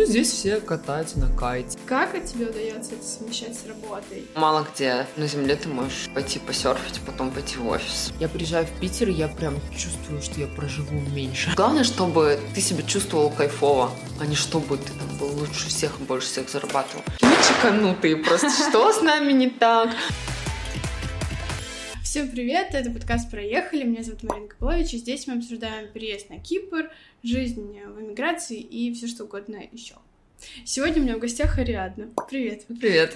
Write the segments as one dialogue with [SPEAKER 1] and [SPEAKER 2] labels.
[SPEAKER 1] ну, здесь все катаются на кайте.
[SPEAKER 2] Как от тебе удается это совмещать с работой?
[SPEAKER 1] Мало где на земле ты можешь пойти посерфить, потом пойти в офис. Я приезжаю в Питер, и я прям чувствую, что я проживу меньше. Главное, чтобы ты себя чувствовал кайфово, а не чтобы ты там был лучше всех и больше всех зарабатывал. Мы чеканутые просто. Что с нами не так?
[SPEAKER 2] Всем привет, это подкаст «Проехали», меня зовут Марина Копылович, и здесь мы обсуждаем переезд на Кипр, жизнь в эмиграции и все что угодно еще. Сегодня у меня в гостях Ариадна. Привет.
[SPEAKER 1] Привет.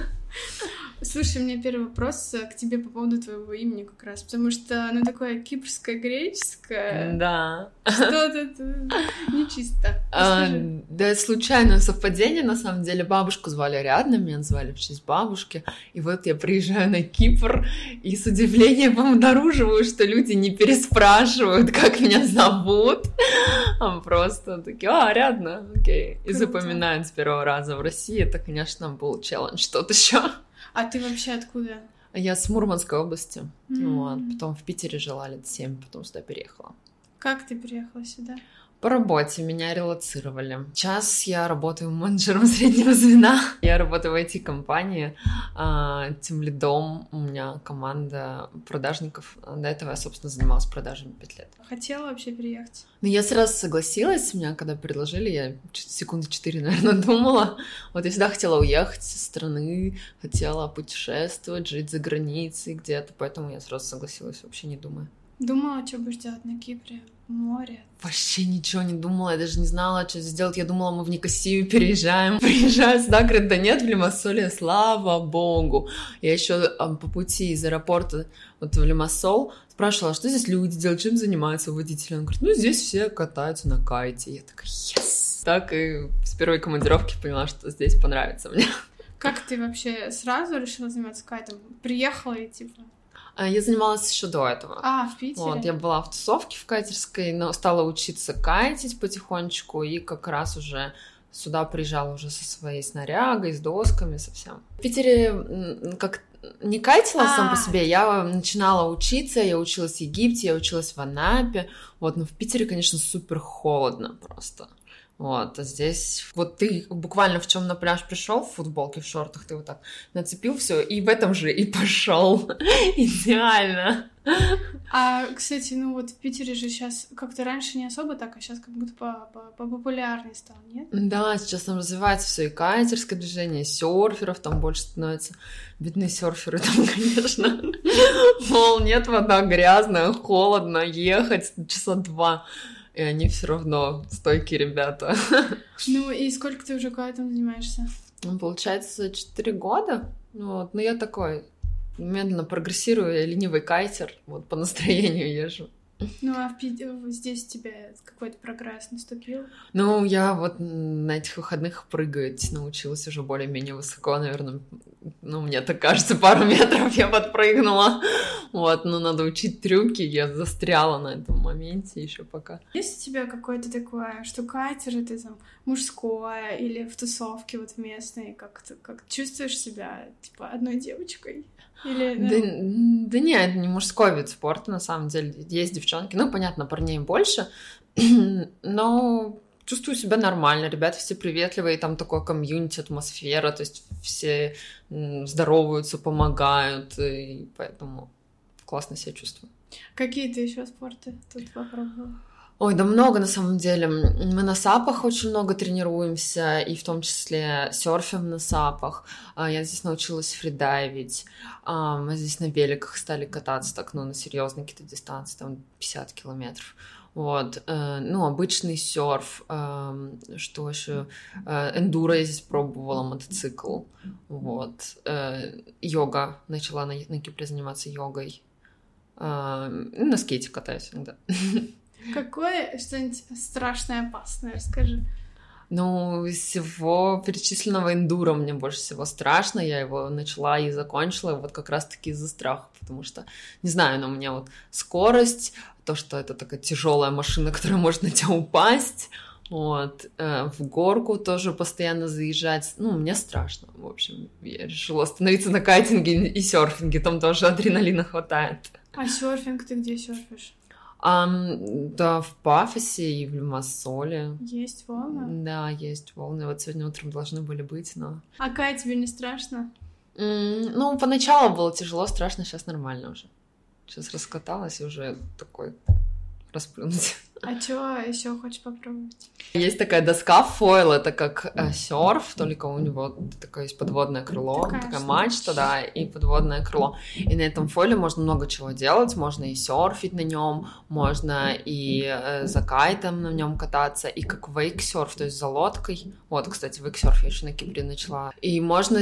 [SPEAKER 2] Слушай, у меня первый вопрос к тебе по поводу твоего имени как раз, потому что оно такое кипрское, греческое.
[SPEAKER 1] Да.
[SPEAKER 2] Что-то нечисто.
[SPEAKER 1] Да, это случайное совпадение, на самом деле. Бабушку звали Ариадна, меня звали в честь бабушки. И вот я приезжаю на Кипр, и с удивлением обнаруживаю, что люди не переспрашивают, как меня зовут, а просто такие: Ариадна, окей. И запоминают с первого раза. В России это, конечно, был челлендж тот еще.
[SPEAKER 2] А ты вообще откуда?
[SPEAKER 1] Я с Мурманской области. Вот. Потом в Питере жила лет 7, потом сюда переехала.
[SPEAKER 2] Как ты переехала сюда?
[SPEAKER 1] По работе меня релоцировали. Сейчас я работаю менеджером среднего звена. Я работаю в IT-компании, тимлидом. У меня команда продажников. До этого я, собственно, занималась продажами 5 лет.
[SPEAKER 2] Хотела вообще переехать?
[SPEAKER 1] Ну, я сразу согласилась. Меня когда предложили, я секунды 4, наверное, думала. Вот я всегда хотела уехать со страны, хотела путешествовать, жить за границей где-то. Поэтому я сразу согласилась, вообще не думая.
[SPEAKER 2] Думала, что будешь делать на Кипре? Море?
[SPEAKER 1] Вообще ничего не думала, я даже не знала, что сделать. Я думала, мы в Никосию переезжаем. Приезжаю сюда, говорят, да нет, в Лимассоле, слава богу. Я еще по пути из аэропорта вот в Лимассол спрашивала, что здесь люди делают, чем занимаются водители. Он говорит, ну здесь все катаются на кайте. Я такая, yes! Так и с первой командировки поняла, что здесь понравится мне.
[SPEAKER 2] Как ты вообще сразу решила заниматься кайтом? Приехала и типа...
[SPEAKER 1] Я занималась еще до этого.
[SPEAKER 2] В Питере?
[SPEAKER 1] Вот, я была в тусовке в кайтерской, но стала учиться кайтить потихонечку, и как раз уже сюда приезжала уже со своей снарягой, с досками, совсем. В Питере как не кайтила сам по себе, я начинала учиться, я училась в Египте, я училась в Анапе, вот, но в Питере, конечно, супер холодно просто. Вот, а здесь вот ты буквально в чем на пляж пришел, в футболке, в шортах, ты вот так нацепил все и в этом же и пошел. Идеально.
[SPEAKER 2] Кстати, ну вот в Питере же сейчас как-то раньше не особо так, а сейчас как будто популярнее стало, нет?
[SPEAKER 1] Да, сейчас там развивается все и кайтерское движение, и серферов там больше становится. Бедные серферы там, конечно. Мол, нет, вода грязная, холодно, ехать часа 2. И они все равно стойкие ребята.
[SPEAKER 2] Ну и сколько ты уже кайтом занимаешься?
[SPEAKER 1] Ну, получается, 4 года. Вот. Но я такой медленно прогрессирую, я ленивый кайтер. Вот по настроению езжу.
[SPEAKER 2] Ну, а здесь у тебя какой-то прогресс наступил?
[SPEAKER 1] Ну, я вот на этих выходных прыгать научилась уже более-менее высоко, наверное. Ну, мне так кажется, пару метров я подпрыгнула. Вот, но надо учить трюки, я застряла на этом моменте еще пока.
[SPEAKER 2] Есть у тебя какое-то такое, что кайтер это там мужское или в тусовке вот местной, как чувствуешь себя, типа, одной девочкой? Или,
[SPEAKER 1] да нет, это не мужской вид спорта, на самом деле. Есть девчонки, ну, понятно, парней больше, но чувствую себя нормально. Ребята все приветливые, там такое комьюнити, атмосфера, то есть все здороваются, помогают, и поэтому классно себя чувствую.
[SPEAKER 2] Какие ты еще спорты тут попробовала?
[SPEAKER 1] Ой, да много на самом деле. Мы на сапах очень много тренируемся, и в том числе серфим на сапах. Я здесь научилась фридайвить. Мы здесь на великах стали кататься так, ну, на серьезные какие-то дистанции, там 50 километров. Вот, ну, обычный серф, что еще, эндуро я здесь пробовала, мотоцикл, вот, йога, начала на Кипре заниматься йогой, на скейте катаюсь иногда.
[SPEAKER 2] Какое что-нибудь страшное, опасное, расскажи.
[SPEAKER 1] Ну, из всего перечисленного эндуро мне больше всего страшно. Я его начала и закончила вот как раз-таки из-за страха, потому что, не знаю, но у меня вот скорость, то, что это такая тяжелая машина, которая может на тебя упасть, вот, в горку тоже постоянно заезжать, ну, мне страшно, в общем. Я решила остановиться на кайтинге и серфинге, там тоже адреналина хватает.
[SPEAKER 2] А серфинг ты где серфишь?
[SPEAKER 1] Да, в Пафосе и в Лимассоле.
[SPEAKER 2] Есть волны?
[SPEAKER 1] Да, есть волны. Вот сегодня утром должны были быть, но...
[SPEAKER 2] А Кай, тебе не страшно?
[SPEAKER 1] Ну, поначалу было тяжело, страшно, сейчас нормально уже. Сейчас раскаталась и уже такой расплюнуть.
[SPEAKER 2] А что еще хочешь попробовать?
[SPEAKER 1] Есть такая доска фойл, это как серф, только у него такое есть подводное крыло, такая мачта, да, и подводное крыло. И на этом фойле можно много чего делать, можно и серфить на нем, можно и за кайтом на нем кататься, и как вейксерф, то есть за лодкой. Вот, кстати, вейксерф я еще на Кипре начала. И можно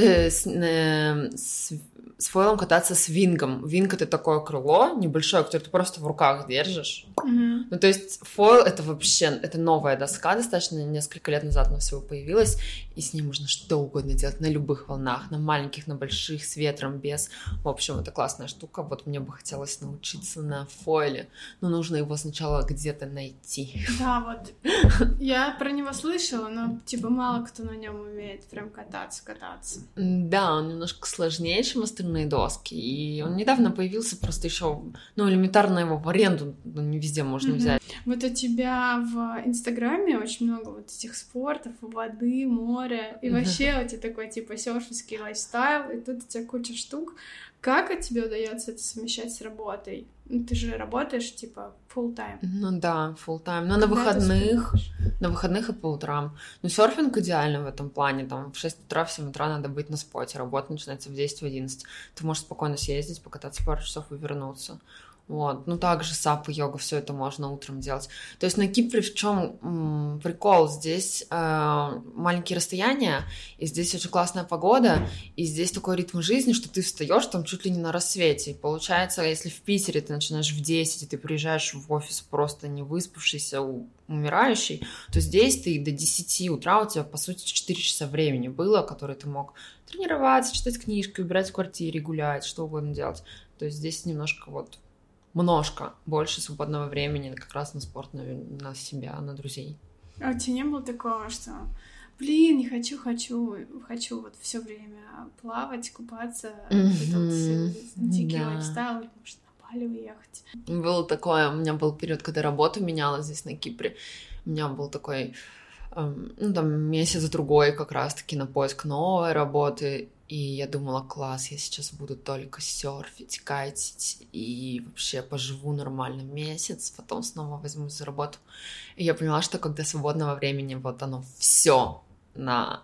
[SPEAKER 1] с фойлом кататься с вингом. Винг — это такое крыло небольшое, которое ты просто в руках держишь. Ну, то есть фойл — это вообще, это новая доска, достаточно несколько лет назад она всего появилась, и с ней можно что угодно делать на любых волнах, на маленьких, на больших, с ветром, без. В общем, это классная штука. Вот мне бы хотелось научиться на фойле, но нужно его сначала где-то найти.
[SPEAKER 2] Да, вот. Я про него слышала, но типа мало кто на нем умеет прям кататься.
[SPEAKER 1] Да, он немножко сложнее, чем остальные доски, и он недавно появился, просто еще, ну, элементарно его в аренду не везде можно взять.
[SPEAKER 2] Вот у тебя в Инстаграме очень много вот этих спортов, воды, моря, и вообще у тебя такой типа серферский лайфстайл, и тут у тебя куча штук. Как тебе удается это совмещать с работой? Ну, ты же работаешь типа full time.
[SPEAKER 1] Ну да, full time. Но на выходных и по утрам. Ну, серфинг идеально в этом плане. Там в 6 утра, в 7 утра надо быть на споте. Работа начинается в 10-11. Ты можешь спокойно съездить, покататься пару часов и вернуться. Вот. Ну, также сап и йога, все это можно утром делать. То есть на Кипре в чем прикол? Здесь маленькие расстояния, и здесь очень классная погода, и здесь такой ритм жизни, что ты встаешь там чуть ли не на рассвете. И получается, если в Питере ты начинаешь в 10, и ты приезжаешь в офис просто не выспавшийся, умирающий, то здесь ты до 10 утра, у тебя, по сути, 4 часа времени было, которые ты мог тренироваться, читать книжки, убирать в квартире, гулять, что угодно делать. То есть здесь немножко больше свободного времени как раз на спорт, на себя, на друзей.
[SPEAKER 2] А у тебя не было такого, что, не хочу вот все время плавать, купаться, дикий лайфстайл, может, на Бали уехать?
[SPEAKER 1] Было такое, у меня был период, когда работа менялась здесь на Кипре, у меня был такой, месяц-другой как раз-таки на поиск новой работы. И я думала, класс, я сейчас буду только серфить, кайтить и вообще поживу нормально месяц, потом снова возьмусь за работу. И я поняла, что когда свободного времени, вот оно все на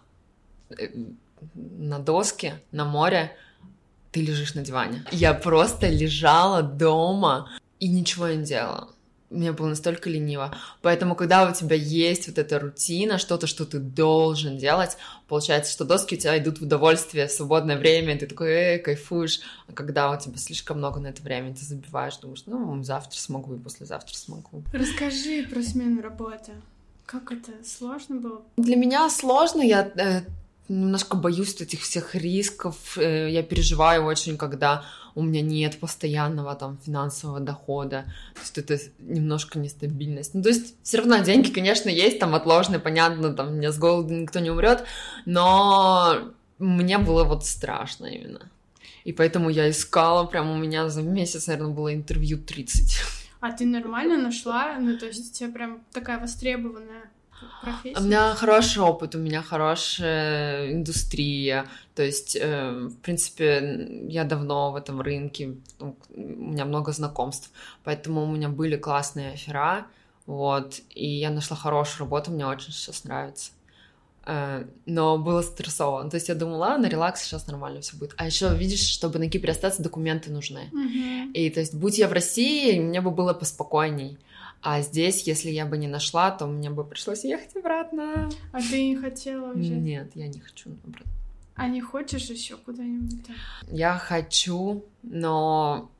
[SPEAKER 1] доске, на море, ты лежишь на диване. Я просто лежала дома и ничего не делала. Мне было настолько лениво. Поэтому, когда у тебя есть вот эта рутина, что-то, что ты должен делать, получается, что доски у тебя идут в удовольствие, в свободное время, ты такой, кайфуешь. А когда у тебя слишком много на это время, ты забиваешь, думаешь, завтра смогу и послезавтра смогу.
[SPEAKER 2] Расскажи про смену работы. Как это? Сложно было?
[SPEAKER 1] Для меня сложно, я немножко боюсь этих всех рисков, я переживаю очень, когда у меня нет постоянного там финансового дохода, то есть это немножко нестабильность. Ну, то есть все равно деньги, конечно, есть, там отложенные, понятно, там меня с голоду никто не умрет, но мне было вот страшно именно. И поэтому я искала, прям у меня за месяц, наверное, было интервью 30.
[SPEAKER 2] А ты нормально нашла? Ну, то есть у тебя прям такая востребованная профессия?
[SPEAKER 1] У меня хороший опыт, у меня хорошая индустрия, то есть, в принципе, я давно в этом рынке, у меня много знакомств, поэтому у меня были классные оффера, вот, и я нашла хорошую работу, мне очень сейчас нравится. Но было стрессово. То есть я думала, на релакс сейчас нормально все будет. А еще, видишь, чтобы на Кипре остаться, документы нужны. И то есть, будь я в России, мне бы было поспокойней. А здесь, если я бы не нашла, то мне бы пришлось ехать обратно.
[SPEAKER 2] А ты не хотела уже?
[SPEAKER 1] Нет, я не хочу обратно.
[SPEAKER 2] А не хочешь еще куда-нибудь?
[SPEAKER 1] Я хочу, но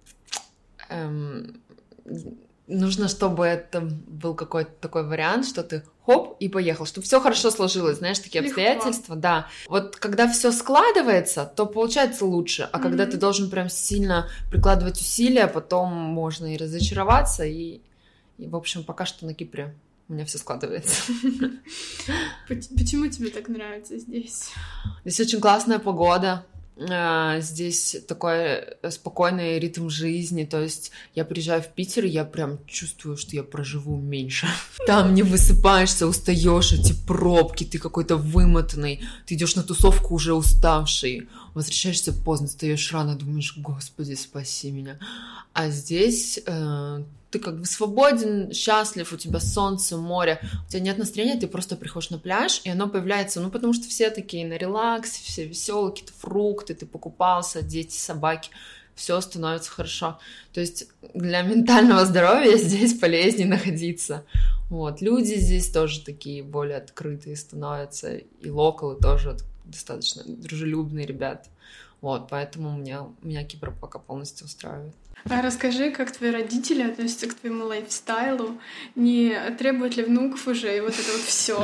[SPEAKER 1] нужно, чтобы это был какой-то такой вариант, что ты хоп и поехал, чтобы все хорошо сложилось, знаешь, такие обстоятельства, да. Вот когда все складывается, то получается лучше, а когда ты должен прям сильно прикладывать усилия, потом можно и разочароваться, и в общем, пока что на Кипре у меня все складывается.
[SPEAKER 2] Почему тебе так нравится здесь?
[SPEAKER 1] Здесь очень классная погода, Здесь такой спокойный ритм жизни, то есть я приезжаю в Питер, и я прям чувствую, что я проживу меньше. Там не высыпаешься, устаешь, эти пробки, ты какой-то вымотанный, ты идешь на тусовку уже уставший, возвращаешься поздно, встаешь рано, думаешь, Господи, спаси меня. А здесь ты как бы свободен, счастлив, у тебя солнце, море, у тебя нет настроения, ты просто приходишь на пляж, и оно появляется, потому что все такие на релаксе, все веселые, какие-то фрукты, ты покупался, дети, собаки, все становится хорошо. То есть для ментального здоровья здесь полезнее находиться. Вот. Люди здесь тоже такие более открытые становятся, и локалы тоже достаточно дружелюбные ребята. Вот, поэтому меня Кипр пока полностью устраивает.
[SPEAKER 2] А расскажи, как твои родители относятся к твоему лайфстайлу? Не требуют ли внуков уже и вот это вот все?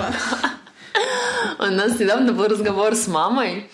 [SPEAKER 1] У нас недавно был разговор с мамой,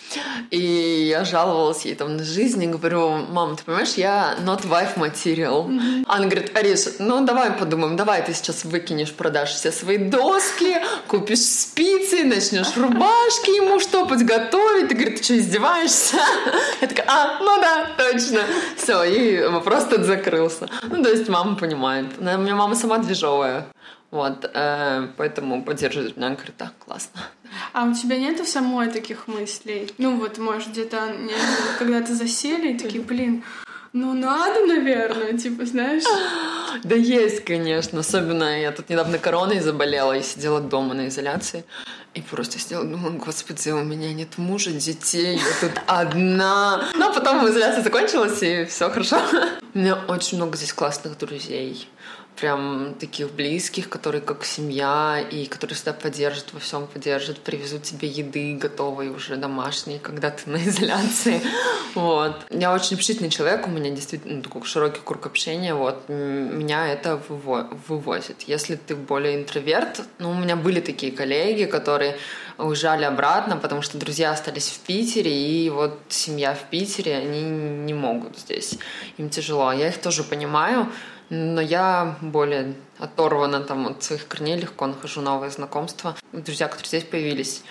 [SPEAKER 1] и я жаловалась ей там на жизнь, и говорю, мам, ты понимаешь, я not wife material. Она говорит, Ариш, давай подумаем, давай ты сейчас выкинешь, продашь все свои доски, купишь спицы, начнешь рубашки ему штопать, готовить. Ты, говорит, ты что, издеваешься? Я такая, да, точно. Все, и вопрос тут закрылся. То есть мама понимает. У меня мама сама движовая. Вот, поэтому поддерживает меня, говорит, да, классно.
[SPEAKER 2] А у тебя нету самой таких мыслей? Может, где-то когда-то засели и такие, блин, надо, наверное, знаешь?
[SPEAKER 1] Да есть, конечно. Особенно я тут недавно короной заболела и сидела дома на изоляции. И просто сидела, думала, Господи, у меня нет мужа, детей, я тут одна. Но потом изоляция закончилась, и все хорошо. У меня очень много здесь классных друзей. Прям таких близких, которые как семья, и которые всегда поддержат, во всем поддержат, привезут тебе еды готовые уже домашние, когда ты на изоляции. Вот. Я очень общительный человек, у меня действительно такой широкий круг общения, вот. Меня это вывозит. Если ты более интроверт, у меня были такие коллеги, которые уезжали обратно, потому что друзья остались в Питере, и вот семья в Питере, они не могут здесь. Им тяжело. Я их тоже понимаю, но я более оторвана от своих корней, легко нахожу новые знакомства. Друзья, которые здесь появились,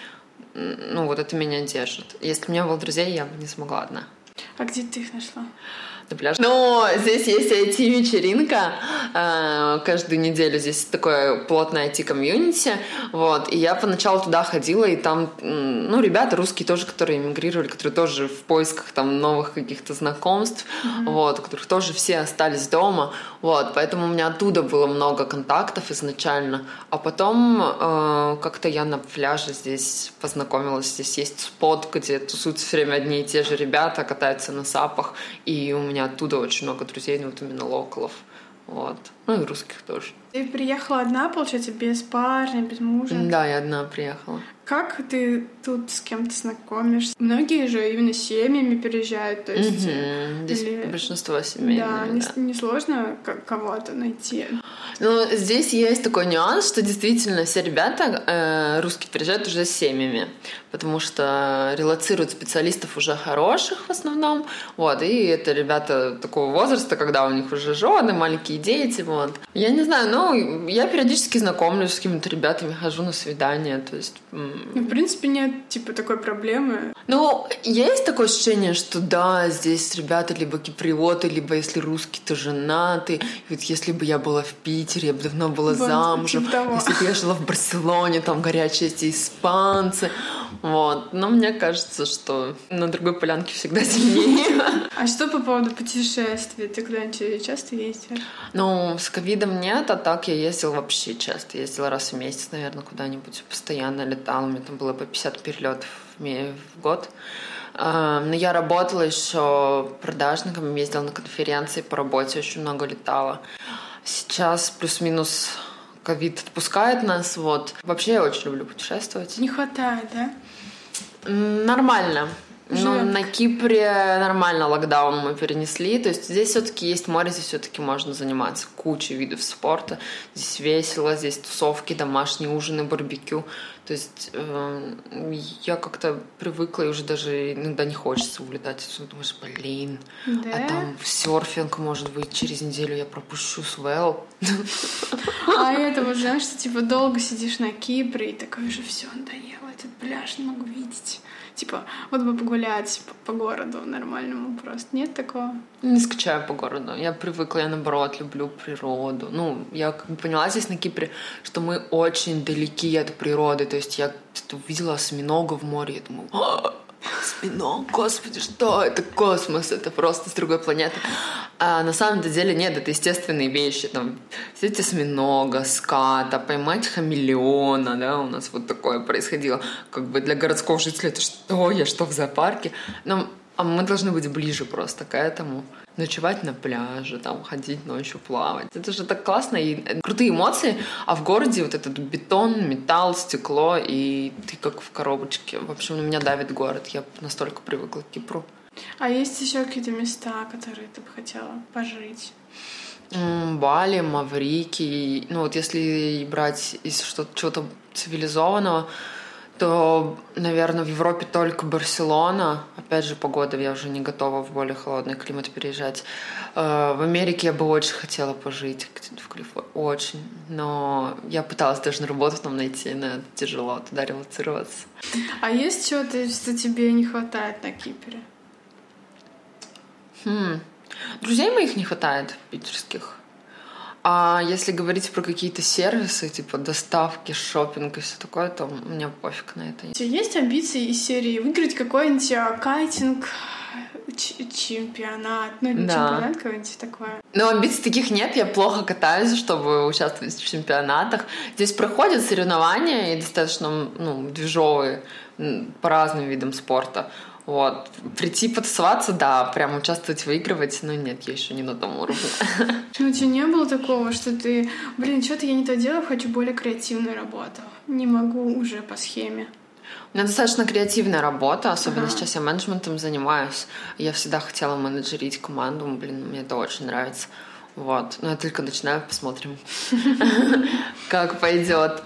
[SPEAKER 1] вот это меня держит. Если бы у меня было друзей, я бы не смогла одна.
[SPEAKER 2] А где ты их нашла?
[SPEAKER 1] На пляж. Здесь есть IT-вечеринка. Каждую неделю здесь такое плотное IT-комьюнити. Вот. И я поначалу туда ходила, и там, ребята русские тоже, которые эмигрировали, которые тоже в поисках новых каких-то знакомств, вот, у которых тоже все остались дома. Вот. Поэтому у меня оттуда было много контактов изначально. А потом как-то я на пляже здесь познакомилась. Здесь есть спот, где тусуются все время одни и те же ребята, катаются на сапах. И у меня оттуда очень много друзей, именно локалов. Вот. И русских тоже.
[SPEAKER 2] Ты приехала одна, получается, без парня, без мужа?
[SPEAKER 1] Да, я одна приехала.
[SPEAKER 2] Как ты тут с кем-то знакомишься? Многие же именно семьями переезжают, то есть...
[SPEAKER 1] Здесь большинство семей.
[SPEAKER 2] Да, не сложно кого-то найти.
[SPEAKER 1] Здесь есть такой нюанс, что действительно все ребята русские приезжают уже с семьями, потому что релоцируют специалистов уже хороших в основном, вот, и это ребята такого возраста, когда у них уже жены, маленькие дети, вот. Я не знаю, я периодически знакомлюсь с какими-то ребятами, хожу на свидания, то есть...
[SPEAKER 2] В принципе, нет, такой проблемы.
[SPEAKER 1] Есть такое ощущение, что да, здесь ребята либо киприоты, либо если русские, то женаты. И вот если бы я была в Питере, я бы давно была замужем. Если бы я жила в Барселоне, там горячие эти испанцы. Вот. Но мне кажется, что на другой полянке всегда сильнее.
[SPEAKER 2] А что по поводу путешествий? Ты куда-нибудь часто ездишь?
[SPEAKER 1] С ковидом нет, а так я ездила вообще часто. Ездила раз в месяц, наверное, куда-нибудь. Постоянно летала. У меня там было по 50 перелетов в год. Но я работала еще продажником, ездила на конференции по работе, очень много летала. Сейчас плюс-минус ковид отпускает нас, вот. Вообще я очень люблю путешествовать.
[SPEAKER 2] Не хватает, да?
[SPEAKER 1] Нормально. На Кипре нормально локдаун мы перенесли. То есть здесь все-таки есть море, здесь все-таки можно заниматься кучей видов спорта. Здесь весело, здесь тусовки, домашние ужины, барбекю. То есть я как-то привыкла, и уже даже иногда не хочется улетать. Думаешь,
[SPEAKER 2] да?
[SPEAKER 1] А там серфинг, может быть, через неделю я пропущу свел.
[SPEAKER 2] А это вот, знаешь, что долго сидишь на Кипре, и такой уже все надоело, этот пляж не могу видеть. Типа, вот бы погулять по городу нормальному просто. Нет такого?
[SPEAKER 1] Не скучаю по городу. Я привыкла, я наоборот люблю природу. Ну, я как бы поняла здесь на Кипре, что мы очень далеки от природы. То есть я увидела осьминога в море, я думаю, осьминог, господи, что это? Космос, это просто с другой планеты. А на самом деле нет, это естественные вещи. Там сидеть осьминога, ската, поймать хамелеона, да, у нас вот такое происходило. Как бы для городского жителя это что? Я что, в зоопарке? А мы должны быть ближе просто к этому. Ночевать на пляже, там, ходить ночью плавать. Это же так классно и крутые эмоции. А в городе вот этот бетон, металл, стекло, и ты как в коробочке. В общем, на меня давит город. Я настолько привыкла к Кипру.
[SPEAKER 2] А есть еще какие-то места, которые ты бы хотела пожить?
[SPEAKER 1] Бали, Маврикий. Ну вот если брать из чего-то цивилизованного, то, наверное, в Европе только Барселона. Опять же, погода, я уже не готова в более холодный климат переезжать. В Америке я бы очень хотела пожить, в Калифорнии. Очень. Но я пыталась даже на работу там найти, но это тяжело туда релоцироваться.
[SPEAKER 2] А есть что-то, что тебе не хватает на Кипре?
[SPEAKER 1] Друзей моих не хватает, питерских. А если говорить про какие-то сервисы, типа доставки, шопинг и все такое, то у меня пофиг на это.
[SPEAKER 2] У тебя есть амбиции из серии выиграть какой-нибудь кайтинг, чемпионат, ну или чемпионат какой-нибудь такое?
[SPEAKER 1] Ну, амбиций таких нет, я плохо катаюсь, чтобы участвовать в чемпионатах. Здесь проходят соревнования и достаточно движовые по разным видам спорта. Вот. Прийти потусоваться, да, прям участвовать, выигрывать, но нет, я еще не на том уровне.
[SPEAKER 2] Ну, у тебя не было такого, что ты, что-то я не то делаю, хочу более креативную работу. Не могу уже по схеме.
[SPEAKER 1] У меня достаточно креативная работа, особенно сейчас я менеджментом занимаюсь. Я всегда хотела менеджерить команду, мне это очень нравится. Вот. Но я только начинаю, посмотрим, как пойдет.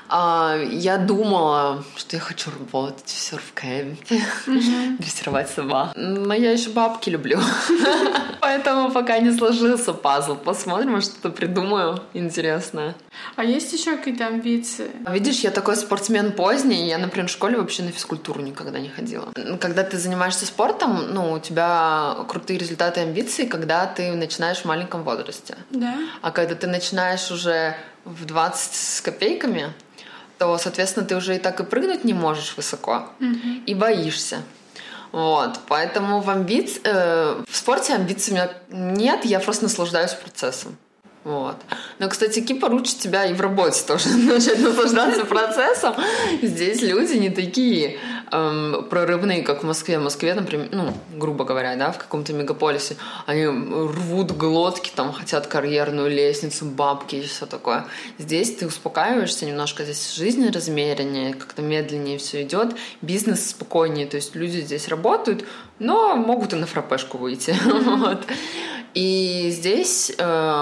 [SPEAKER 1] Я думала, что я хочу работать в серф-кэмпе, дрессировать собак. Но я еще бабки люблю. Поэтому пока не сложился пазл. Посмотрим, что-то придумаю интересное.
[SPEAKER 2] А есть еще какие-то амбиции?
[SPEAKER 1] Видишь, я такой спортсмен поздний. Я, например, в школе вообще на физкультуру никогда не ходила. Когда ты занимаешься спортом, у тебя крутые результаты и амбиции, когда ты начинаешь в маленьком возрасте.
[SPEAKER 2] Да.
[SPEAKER 1] А когда ты начинаешь уже в 20 с копейками, то, соответственно, ты уже и так и прыгнуть не можешь высоко, и боишься. Вот, поэтому в спорте амбиций у меня нет, я просто наслаждаюсь процессом. Вот. Но, кстати, Кипр учит тебя и в работе тоже начать наслаждаться процессом. Здесь люди не такие прорывные, как в Москве. В Москве, например, грубо говоря, да, в каком-то мегаполисе, они рвут глотки, там, хотят карьерную лестницу, бабки и все такое. Здесь ты успокаиваешься немножко, здесь жизнь размереннее, как-то медленнее все идет, бизнес спокойнее, то есть люди здесь работают, но могут и на фрапешку выйти. Вот. И здесь,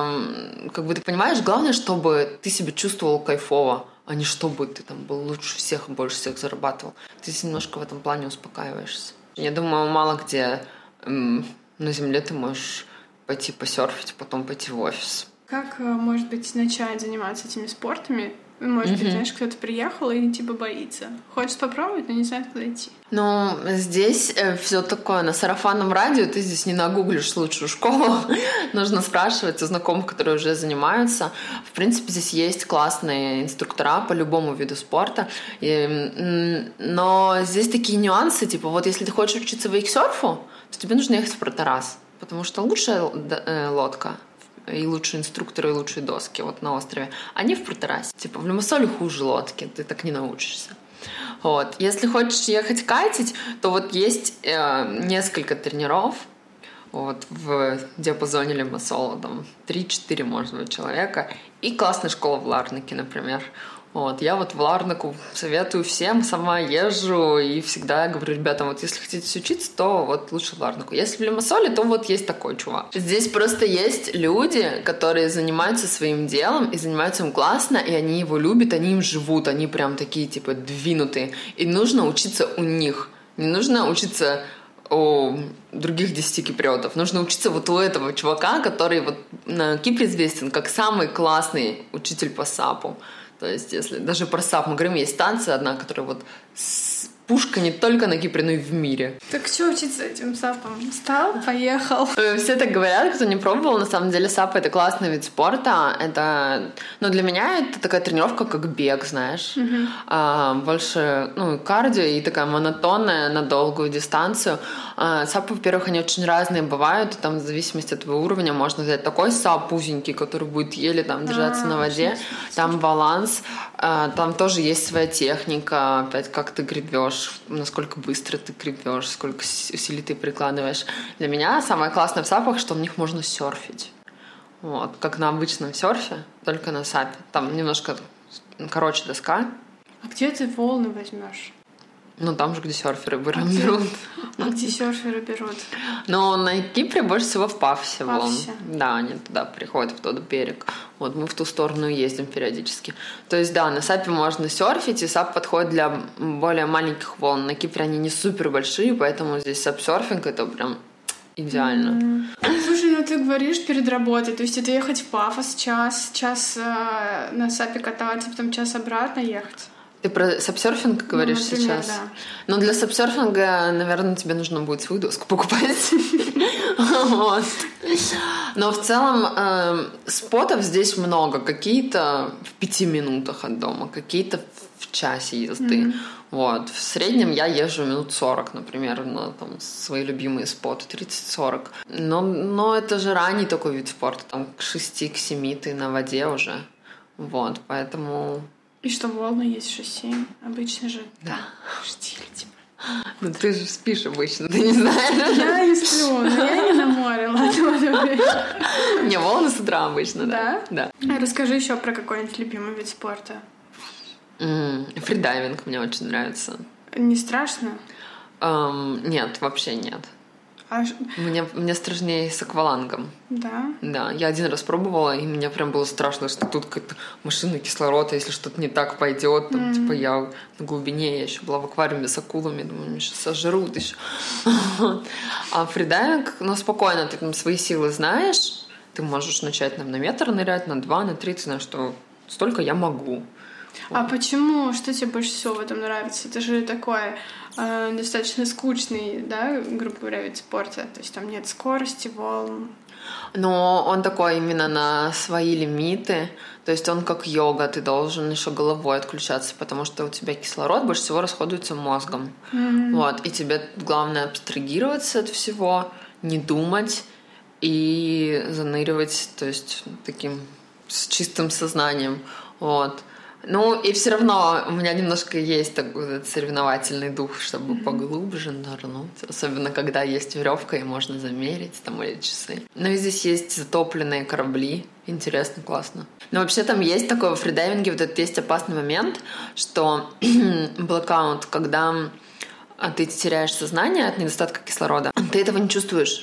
[SPEAKER 1] ты понимаешь, главное, чтобы ты себя чувствовал кайфово, а не чтобы ты там был лучше всех и больше всех зарабатывал. Ты немножко в этом плане успокаиваешься. Я думаю, мало где на земле ты можешь пойти посерфить, потом пойти в офис.
[SPEAKER 2] Как, может быть, начать заниматься этими спортами? Может быть, знаешь, кто-то приехал и боится. Хочет попробовать, но не знает, куда идти.
[SPEAKER 1] Здесь все такое на сарафанном радио. Ты здесь не нагуглишь лучшую школу. Нужно спрашивать у знакомых, которые уже занимаются. В принципе, здесь есть классные инструктора по любому виду спорта. Но здесь такие нюансы. Если ты хочешь учиться вейксерфу, то тебе нужно ехать в Протарас. Потому что лучшая лодка и лучшие инструкторы, и лучшие доски на острове, они в Протарасе. В Лимассоле хуже лодки, ты так не научишься. Вот. Если хочешь ехать кайтить, то есть несколько тренеров в диапазоне Лимассола, там 3-4, может быть, человека, и классная школа в Ларнаке, например. Я в Ларнаку советую всем, сама езжу и всегда говорю ребятам, если хотите учиться, то лучше в Ларнаку. Если в Лимассоле, то есть такой чувак. Здесь просто есть люди, которые занимаются своим делом и занимаются им классно, и они его любят, они им живут, они прям такие двинутые. И нужно учиться у них. Не нужно учиться у других 10 киприотов. Нужно учиться у этого чувака, который на Кипре известен как самый классный учитель по САПу. То есть, если даже про САП мы говорим, есть станция одна, которая пушка не только на Кипре, но и в мире.
[SPEAKER 2] Так что учиться этим сапом? Встал, поехал.
[SPEAKER 1] Все так говорят, кто не пробовал. На самом деле сап — это классный вид спорта. Это, для меня это такая тренировка, как бег, знаешь. Больше, кардио и такая монотонная на долгую дистанцию. Сапы, во-первых, они очень разные бывают. Там в зависимости от твоего уровня можно взять такой сап узенький, который будет еле там держаться на воде. Там баланс. Там тоже есть своя техника. Опять, как ты гребешь, насколько быстро ты гребешь, сколько усилий ты прикладываешь. Для меня самое классное в сапах, что в них можно серфить. Вот, как на обычном серфе, только на сапе. Там немножко короче доска.
[SPEAKER 2] А где ты волны возьмешь?
[SPEAKER 1] Там же, где серферы берут.
[SPEAKER 2] А где серферы берут?
[SPEAKER 1] На Кипре больше всего в Пафосе волн.
[SPEAKER 2] Пафосе?
[SPEAKER 1] Да, они туда приходят, в тот берег. Вот, мы в ту сторону ездим периодически. То есть, да, на сапе можно серфить, и сап подходит для более маленьких волн. На Кипре они не супер большие, поэтому здесь сап-серфинг — это прям идеально.
[SPEAKER 2] Слушай, ты говоришь перед работой, то есть это ехать в Пафос час на сапе кататься, потом час обратно ехать?
[SPEAKER 1] Ты про сапсерфинг говоришь,
[SPEAKER 2] например,
[SPEAKER 1] сейчас?
[SPEAKER 2] Да.
[SPEAKER 1] Для сапсерфинга, наверное, тебе нужно будет свою доску покупать. Но в целом спотов здесь много. Какие-то в 5 минутах от дома, какие-то в часе езды. Вот. В среднем я езжу минут 40, например, на свои любимые споты, 30-40. Но это же ранний такой вид спорта, к 6-7 ты на воде уже. Вот, поэтому...
[SPEAKER 2] И что, волны есть 6-7? Обычно же
[SPEAKER 1] да.
[SPEAKER 2] Штиль, типа.
[SPEAKER 1] Ты же спишь обычно, ты не знаешь.
[SPEAKER 2] Я не сплю, но я не на море, ладно.
[SPEAKER 1] Не, волны с утра обычно,
[SPEAKER 2] да.
[SPEAKER 1] Да.
[SPEAKER 2] Расскажи еще про какой-нибудь любимый вид спорта.
[SPEAKER 1] Фридайвинг мне очень нравится.
[SPEAKER 2] Не страшно?
[SPEAKER 1] Нет, вообще нет. Мне страшнее с аквалангом.
[SPEAKER 2] Да?
[SPEAKER 1] Да, я один раз пробовала, и мне прям было страшно, что тут какая-то машина кислорода, если что-то не так пойдет, типа я на глубине, я еще была в аквариуме с акулами, думаю, меня сейчас сожрут еще. А фридайвинг, спокойно, ты там свои силы знаешь, ты можешь начать на метр нырять, на 2, на 3, ты знаешь, что столько я могу.
[SPEAKER 2] А почему? Что тебе больше всего в этом нравится? Это же такой достаточно скучный, да, грубо говоря, вид спорта. То есть там нет скорости, волн.
[SPEAKER 1] Но он такой именно на свои лимиты. То есть он как йога, ты должен еще головой отключаться, потому что у тебя кислород больше всего расходуется мозгом. Вот. И тебе главное абстрагироваться от всего, не думать и заныривать, то есть таким с чистым сознанием. Вот. И все равно у меня немножко есть такой соревновательный дух, чтобы поглубже нырнуть. Особенно, когда есть веревка и можно замерить или часы. Но и здесь есть затопленные корабли. Интересно, классно. Но вообще там есть такое во фридайвинге, этот есть опасный момент, что блэкаут, когда ты теряешь сознание от недостатка кислорода, ты этого не чувствуешь.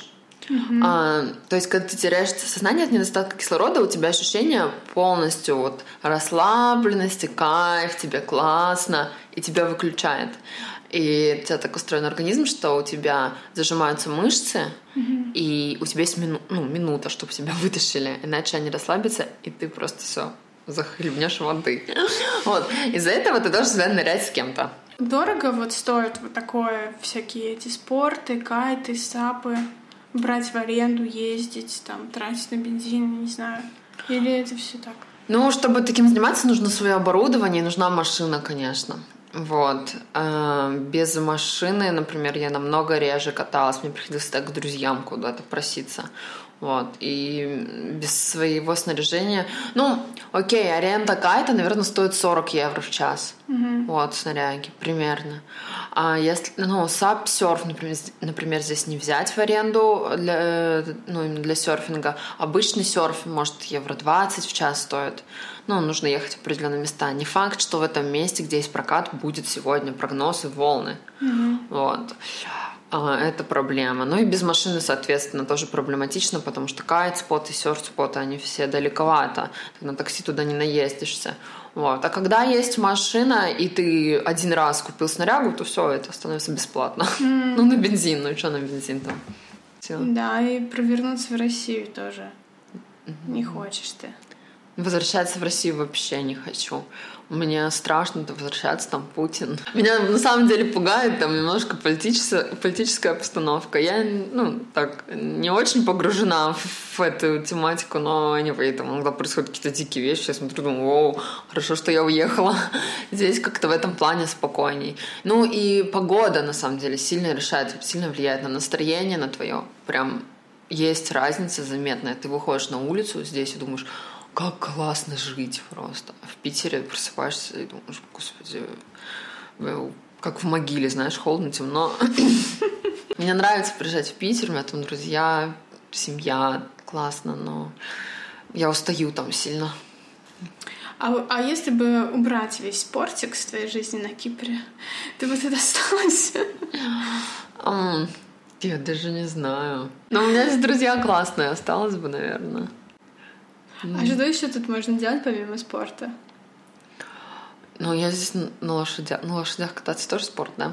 [SPEAKER 1] То есть, когда ты теряешь сознание от недостатка кислорода, у тебя ощущение полностью расслабленности, кайф, тебе классно, и тебя выключает. И у тебя так устроен организм, что у тебя зажимаются мышцы, и у тебя есть минута, чтобы тебя вытащили, иначе они расслабятся, и ты просто все захлебнешь воды. Вот. Из-за этого ты должен всегда нырять с кем-то.
[SPEAKER 2] Дорого стоит такое, всякие эти спорты, кайты, сапы? Брать в аренду, ездить, тратить на бензин, не знаю. Или это все так?
[SPEAKER 1] Чтобы таким заниматься, нужно свое оборудование, нужна машина, конечно. Вот. Без машины, например, я намного реже каталась, мне приходилось так к друзьям куда-то проситься. Вот. И без своего снаряжения... окей, аренда кайта, наверное, стоит 40 евро в час. Вот, снаряги, примерно. А если, сап-серф, например, здесь не взять в аренду именно для серфинга. Обычный серф, может, евро 20 в час стоит. Нужно ехать в определенные места. Не факт, что в этом месте, где есть прокат, будет сегодня прогноз и волны. Вот. Это проблема. И без машины, соответственно, тоже проблематично, потому что кайт-спот и серф-споты, они все далековато. Ты на такси туда не наездишься. Вот. А когда есть машина, и ты один раз купил снарягу, то все, это становится бесплатно. На бензин. Что на бензин там? Все.
[SPEAKER 2] Да, и провернуться в Россию тоже. Не хочешь ты.
[SPEAKER 1] Возвращаться в Россию вообще не хочу. Мне страшно возвращаться, там Путин. Меня на самом деле пугает там немножко политическая обстановка. Я, так, не очень погружена в эту тематику, но anyway, там иногда происходят какие-то дикие вещи. Я смотрю, думаю, вау, хорошо, что я уехала. Здесь как-то в этом плане спокойней. Ну и погода, на самом деле, сильно решает, сильно влияет на настроение, на твое. Прям есть разница заметная. Ты выходишь на улицу здесь и думаешь, как классно жить просто. А в Питере просыпаешься и думаешь, господи, как в могиле, знаешь, холодно, темно. Мне нравится приезжать в Питер, у меня там друзья, семья, классно, но я устаю там сильно.
[SPEAKER 2] А если бы убрать весь спортик с твоей жизни на Кипре, ты бы тут осталась?
[SPEAKER 1] Я даже не знаю. Но у меня здесь друзья классные, осталось бы, наверное.
[SPEAKER 2] А что еще тут можно делать помимо спорта?
[SPEAKER 1] Ну, я здесь на лошадях кататься тоже спорт, да?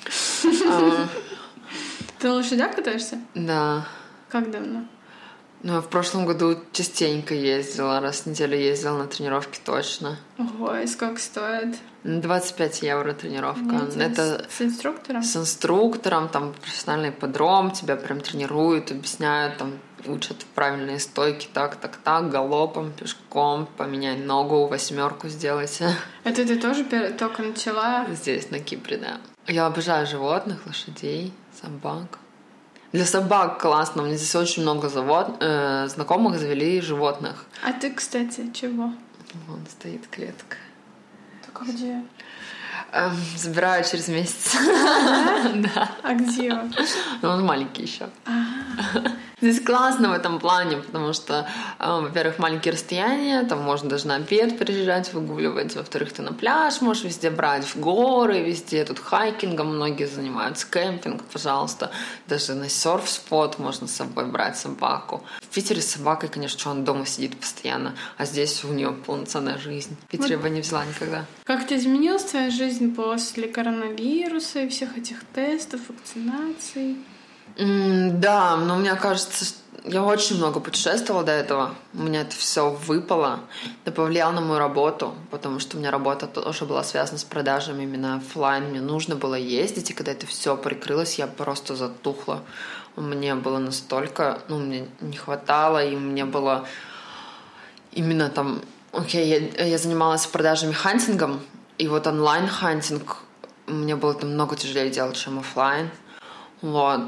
[SPEAKER 2] Ты на лошадях катаешься?
[SPEAKER 1] Да.
[SPEAKER 2] Как давно?
[SPEAKER 1] Ну, я в прошлом году частенько ездила, раз в неделю ездила на тренировки точно.
[SPEAKER 2] Ого, и сколько стоит?
[SPEAKER 1] 25 евро тренировка.
[SPEAKER 2] Это с инструктором?
[SPEAKER 1] С инструктором, там профессиональный ипподром, тебя прям тренируют, объясняют, там учат правильные стойки, так, галопом, пешком, поменяй ногу, 8 сделайте.
[SPEAKER 2] Это ты тоже только начала?
[SPEAKER 1] Здесь, на Кипре, да. Я обожаю животных, лошадей, собак. Для собак классно. У меня здесь очень много знакомых завели животных.
[SPEAKER 2] А ты, кстати, чего?
[SPEAKER 1] Вон стоит клетка.
[SPEAKER 2] Так а где?
[SPEAKER 1] Забираю через месяц.
[SPEAKER 2] Да. А где он?
[SPEAKER 1] Ну, он маленький еще. Здесь классно в этом плане, потому что, во-первых, маленькие расстояния, там можно даже на обед приезжать, выгуливать, во-вторых, ты на пляж можешь везде брать, в горы, везде, тут хайкингом многие занимаются, кемпинг, пожалуйста, даже на серф-спот можно с собой брать собаку. В Питере с собакой, конечно, что он дома сидит постоянно, а здесь у нее полноценная жизнь. В Питере я бы не взяла никогда.
[SPEAKER 2] Как-то изменилась твоя жизнь после коронавируса и всех этих тестов, вакцинаций?
[SPEAKER 1] Да, но мне кажется, я очень много путешествовала до этого. У меня это все выпало. Это повлияло на мою работу, потому что у меня работа тоже была связана с продажами именно офлайн. Мне нужно было ездить, и когда это все прикрылось, я просто затухла. Мне было настолько, мне не хватало, и мне было именно там... Окей, я занималась продажами хантингом, и вот онлайн-хантинг мне было там много тяжелее делать, чем офлайн. Вот.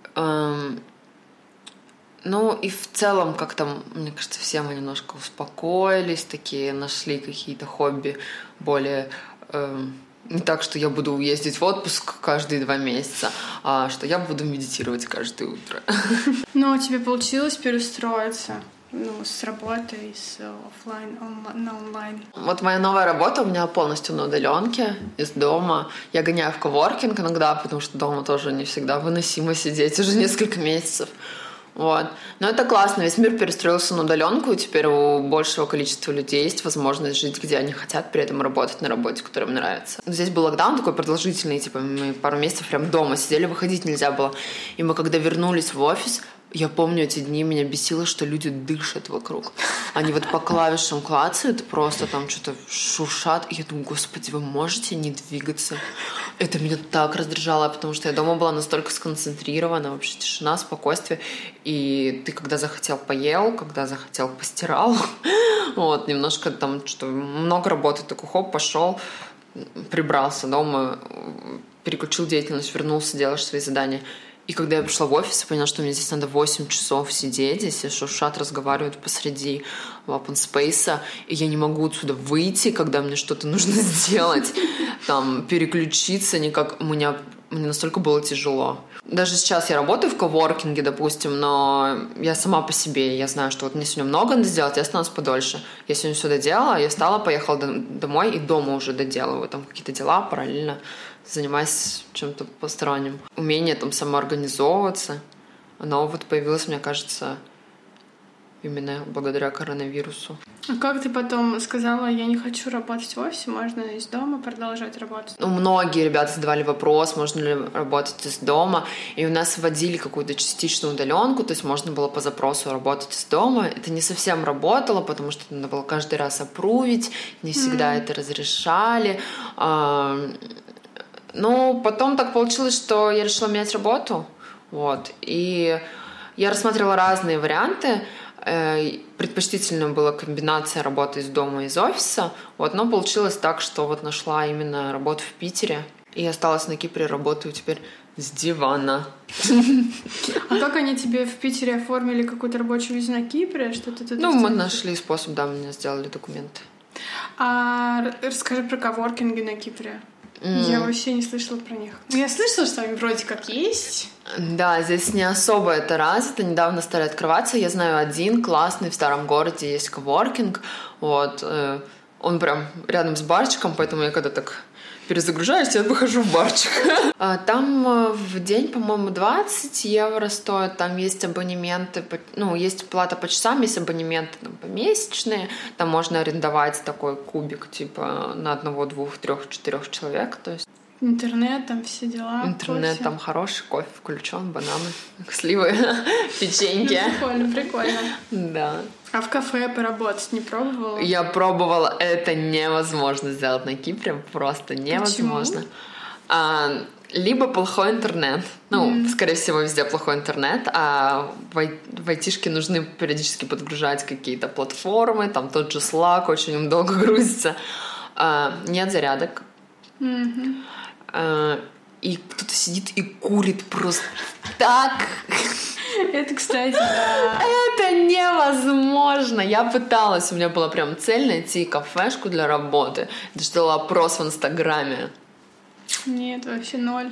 [SPEAKER 1] Ну и в целом как-то, мне кажется, все мы немножко успокоились, такие нашли какие-то хобби более... Не так, что я буду ездить в отпуск каждые 2 месяца, а что я буду медитировать каждое утро.
[SPEAKER 2] Ну, тебе получилось перестроиться? С работы, с офлайн на онлайн.
[SPEAKER 1] Вот моя новая работа у меня полностью на удаленке, из дома. Я гоняю в коворкинг иногда, потому что дома тоже не всегда выносимо сидеть уже несколько месяцев. Вот. Но это классно. Весь мир перестроился на удаленку, и теперь у большего количества людей есть возможность жить, где они хотят, при этом работать на работе, которая им нравится. Здесь был локдаун такой продолжительный, мы пару месяцев прям дома сидели, выходить нельзя было. И мы когда вернулись в офис, я помню эти дни, меня бесило, что люди дышат вокруг. Они вот по клавишам клацают, просто там что-то шуршат. И я думаю, господи, вы можете не двигаться? Это меня так раздражало, потому что я дома была настолько сконцентрирована, вообще тишина, спокойствие. И ты когда захотел, поел, когда захотел, постирал. Вот, немножко там что-то, много работы, такой хоп, пошел, прибрался дома, переключил деятельность, вернулся, делаешь свои задания. И когда я пришла в офис, я поняла, что мне здесь надо 8 часов сидеть, здесь все шуршат, разговаривают посреди open space, и я не могу отсюда выйти, когда мне что-то нужно сделать, там, переключиться никак. Мне настолько было тяжело. Даже сейчас я работаю в коворкинге, допустим, но я сама по себе, я знаю, что вот мне сегодня много надо сделать, я останусь подольше. Я сегодня все доделала, я встала, поехала домой и дома уже доделываю там какие-то дела параллельно, занимаясь чем-то посторонним. Умение там самоорганизовываться, оно вот появилось, мне кажется, именно благодаря коронавирусу.
[SPEAKER 2] А как ты потом сказала, я не хочу работать в офисе, можно из дома продолжать работать?
[SPEAKER 1] Ну, многие ребята задавали вопрос, можно ли работать из дома, и у нас вводили какую-то частичную удаленку, то есть можно было по запросу работать из дома. Это не совсем работало, потому что надо было каждый раз апрувить, не всегда это разрешали. Но потом так получилось, что я решила менять работу, вот, и я рассматривала разные варианты. Предпочтительным была комбинация работы из дома и из офиса, вот, но получилось так, что вот нашла именно работу в Питере и осталась на Кипре, работаю теперь с дивана.
[SPEAKER 2] А как они тебе в Питере оформили какую-то рабочую визу на Кипре? Что-то тут?
[SPEAKER 1] Ну, мы нашли способ, да, мне сделали документы.
[SPEAKER 2] А расскажи про коворкинги на Кипре. Я вообще не слышала про них. Я слышала, что они вроде как есть.
[SPEAKER 1] Да, здесь не особо это развито. Недавно стали открываться. Я знаю один классный в старом городе есть коворкинг. Вот. Он прям рядом с барчиком, поэтому я когда так перезагружаюсь, я выхожу в барчик. Там в день, по-моему, 20 евро стоит. Там есть абонементы, ну, есть плата по часам, есть абонементы там, помесячные. Там можно арендовать такой кубик, типа, на 1, 2, 3, 4 человек. То есть
[SPEAKER 2] интернет, там все дела.
[SPEAKER 1] Интернет кофе. Там хороший, кофе включен, бананы, сливы, печеньки.
[SPEAKER 2] Ну, прикольно.
[SPEAKER 1] Да.
[SPEAKER 2] А в кафе поработать не пробовала?
[SPEAKER 1] Я пробовала, это невозможно сделать на Кипре, просто невозможно. Либо плохой интернет, ну, скорее всего, везде плохой интернет, а в айтишке нужны периодически подгружать какие-то платформы, там тот же Slack очень долго грузится. Нет зарядок. И кто-то сидит и курит просто так.
[SPEAKER 2] Это, кстати, да.
[SPEAKER 1] Это невозможно. Я пыталась, у меня была прям цель найти кафешку для работы. Ждала опрос в Инстаграме.
[SPEAKER 2] Нет, вообще ноль.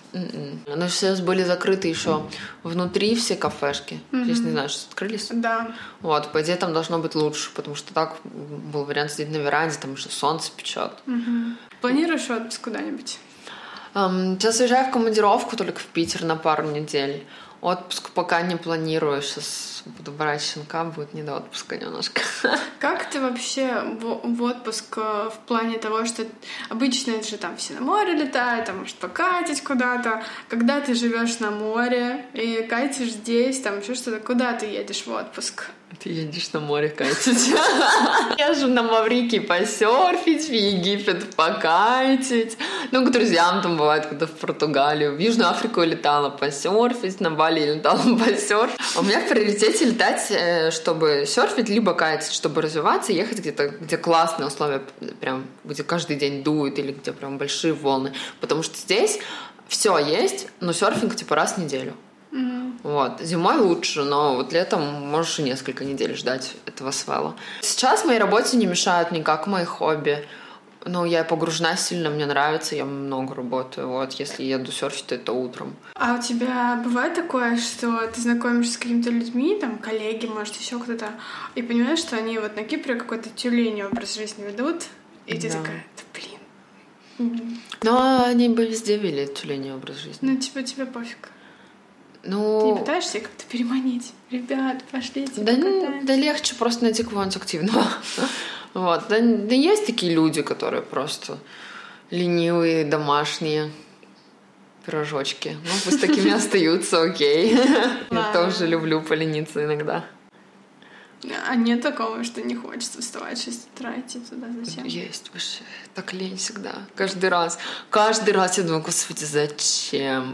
[SPEAKER 1] Но сейчас были закрыты еще внутри все кафешки. Здесь не знаю, что открылись.
[SPEAKER 2] Да.
[SPEAKER 1] Вот, по идее, там должно быть лучше, потому что так был вариант сидеть на веранде, там еще солнце печет.
[SPEAKER 2] Планируешь отпуск куда-нибудь?
[SPEAKER 1] Сейчас уезжаю в командировку только в Питер на пару недель. Отпуск пока не планирую. Сейчас буду брать щенка, будет не до отпуска немножко.
[SPEAKER 2] Как ты вообще в отпуск в плане того, что обычно это же там все на море летают, там может покатить куда-то. Когда ты живешь на море и катишь здесь, там еще что-то, куда ты едешь в отпуск?
[SPEAKER 1] Ты едешь на море катить. Я же на Маврикии посерфить, в Египет покатить. Ну, к друзьям там бывает, когда в Португалию. В Южную Африку летала посерфить, на Бали летала посерфить. У меня в приоритете летать, чтобы серфить, либо катить, чтобы развиваться, ехать где-то, где классные условия, прям, где каждый день дует, или где прям большие волны. Потому что здесь все есть, но серфинг типа раз в неделю. Вот. Зимой лучше, но вот летом можешь и несколько недель ждать этого свела. Сейчас моей работе не мешают никак мои хобби. Ну, я погружена сильно, мне нравится, я много работаю. Вот, если еду серфить, то это утром.
[SPEAKER 2] А у тебя бывает такое, что ты знакомишься с какими-то людьми, там, коллеги, может, еще кто-то, и понимаешь, что они вот на Кипре какой-то тюлень образ жизни ведут, и ты такая, да блин.
[SPEAKER 1] Но они бы везде вели тюлень образ жизни.
[SPEAKER 2] Ну, типа, тебе пофиг.
[SPEAKER 1] Ну...
[SPEAKER 2] Ты не пытаешься как-то переманить? Ребят, пошлите,
[SPEAKER 1] да легче просто найти кого-нибудь активного. Вот. Да есть такие люди, которые просто ленивые, домашние пирожочки. Ну, пусть такими остаются, окей. Я тоже люблю полениться иногда.
[SPEAKER 2] А нет такого, что не хочется вставать в 6 утра идти туда? Зачем?
[SPEAKER 1] Есть вообще. Так лень всегда. Каждый раз я думаю, господи, зачем?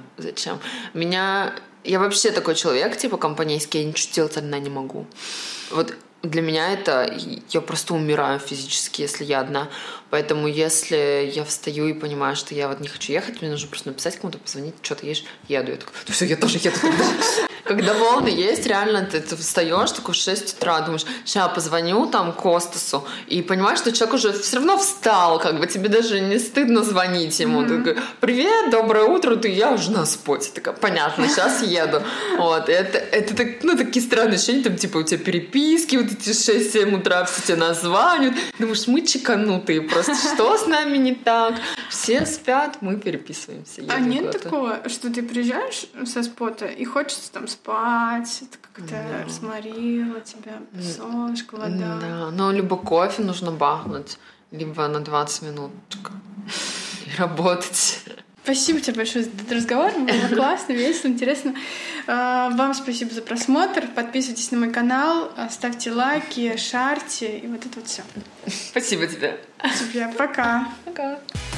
[SPEAKER 1] Я вообще такой человек, типа компанейский, я ничего делать одна не могу. Вот для меня это... Я просто умираю физически, если я одна. Поэтому если я встаю и понимаю, что я вот не хочу ехать, мне нужно просто написать кому-то, позвонить, что ты едешь, еду. Я такая, ну все, я тоже еду тогда. Когда волны есть, реально ты встаешь такой в 6 утра, думаешь, сейчас позвоню там Костасу, и понимаешь, что человек уже все равно встал, как бы тебе даже не стыдно звонить ему. Ты такой, привет, доброе утро, я уже на споте. Такая, понятно, сейчас еду. Вот, это такие странные ощущения, там типа у тебя переписки, вот эти 6-7 утра все тебе названивают. Думаешь, мы чеканутые просто, что с нами не так? Все спят, мы переписываемся.
[SPEAKER 2] А нет такого, что ты приезжаешь со спота и хочется там спать, это как-то разморило тебя, солнышко, вода.
[SPEAKER 1] Да, но либо кофе нужно бахнуть, либо на 20 минут и работать.
[SPEAKER 2] Спасибо тебе большое за этот разговор. Было классно, весело, интересно. Вам спасибо за просмотр. Подписывайтесь на мой канал, ставьте лайки, шарьте и вот это вот все.
[SPEAKER 1] Спасибо тебе.
[SPEAKER 2] Тебе пока.
[SPEAKER 1] Пока.